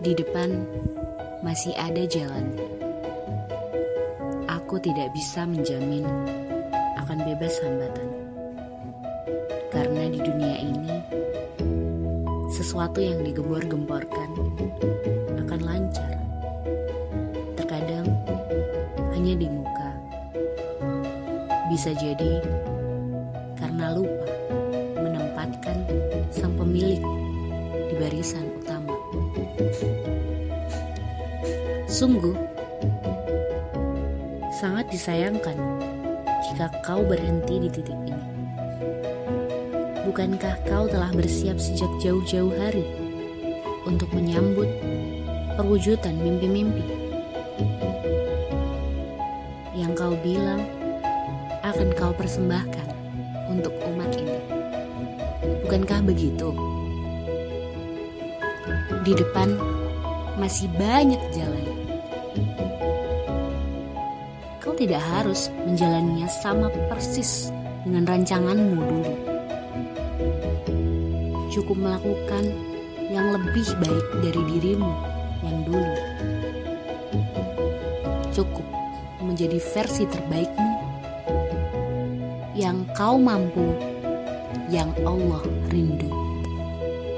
Di depan masih ada jalan. Aku tidak bisa menjamin akan bebas hambatan. Karena di dunia ini, sesuatu yang digembor-gemborkan akan lancar. Terkadang hanya di muka. Bisa jadi karena lupa menempatkan sang pemilik di barisan utama. Sungguh, sangat disayangkan jika kau berhenti di titik ini. Bukankah kau telah bersiap sejak jauh-jauh hari untuk menyambut perwujudan mimpi-mimpi yang kau bilang akan kau persembahkan untuk umat ini? Bukankah begitu? Di depan masih banyak jalan. Kau tidak harus menjalaninya sama persis dengan rancanganmu dulu. Cukup melakukan yang lebih baik dari dirimu yang dulu. Cukup menjadi versi terbaikmu yang kau mampu, yang Allah rindu.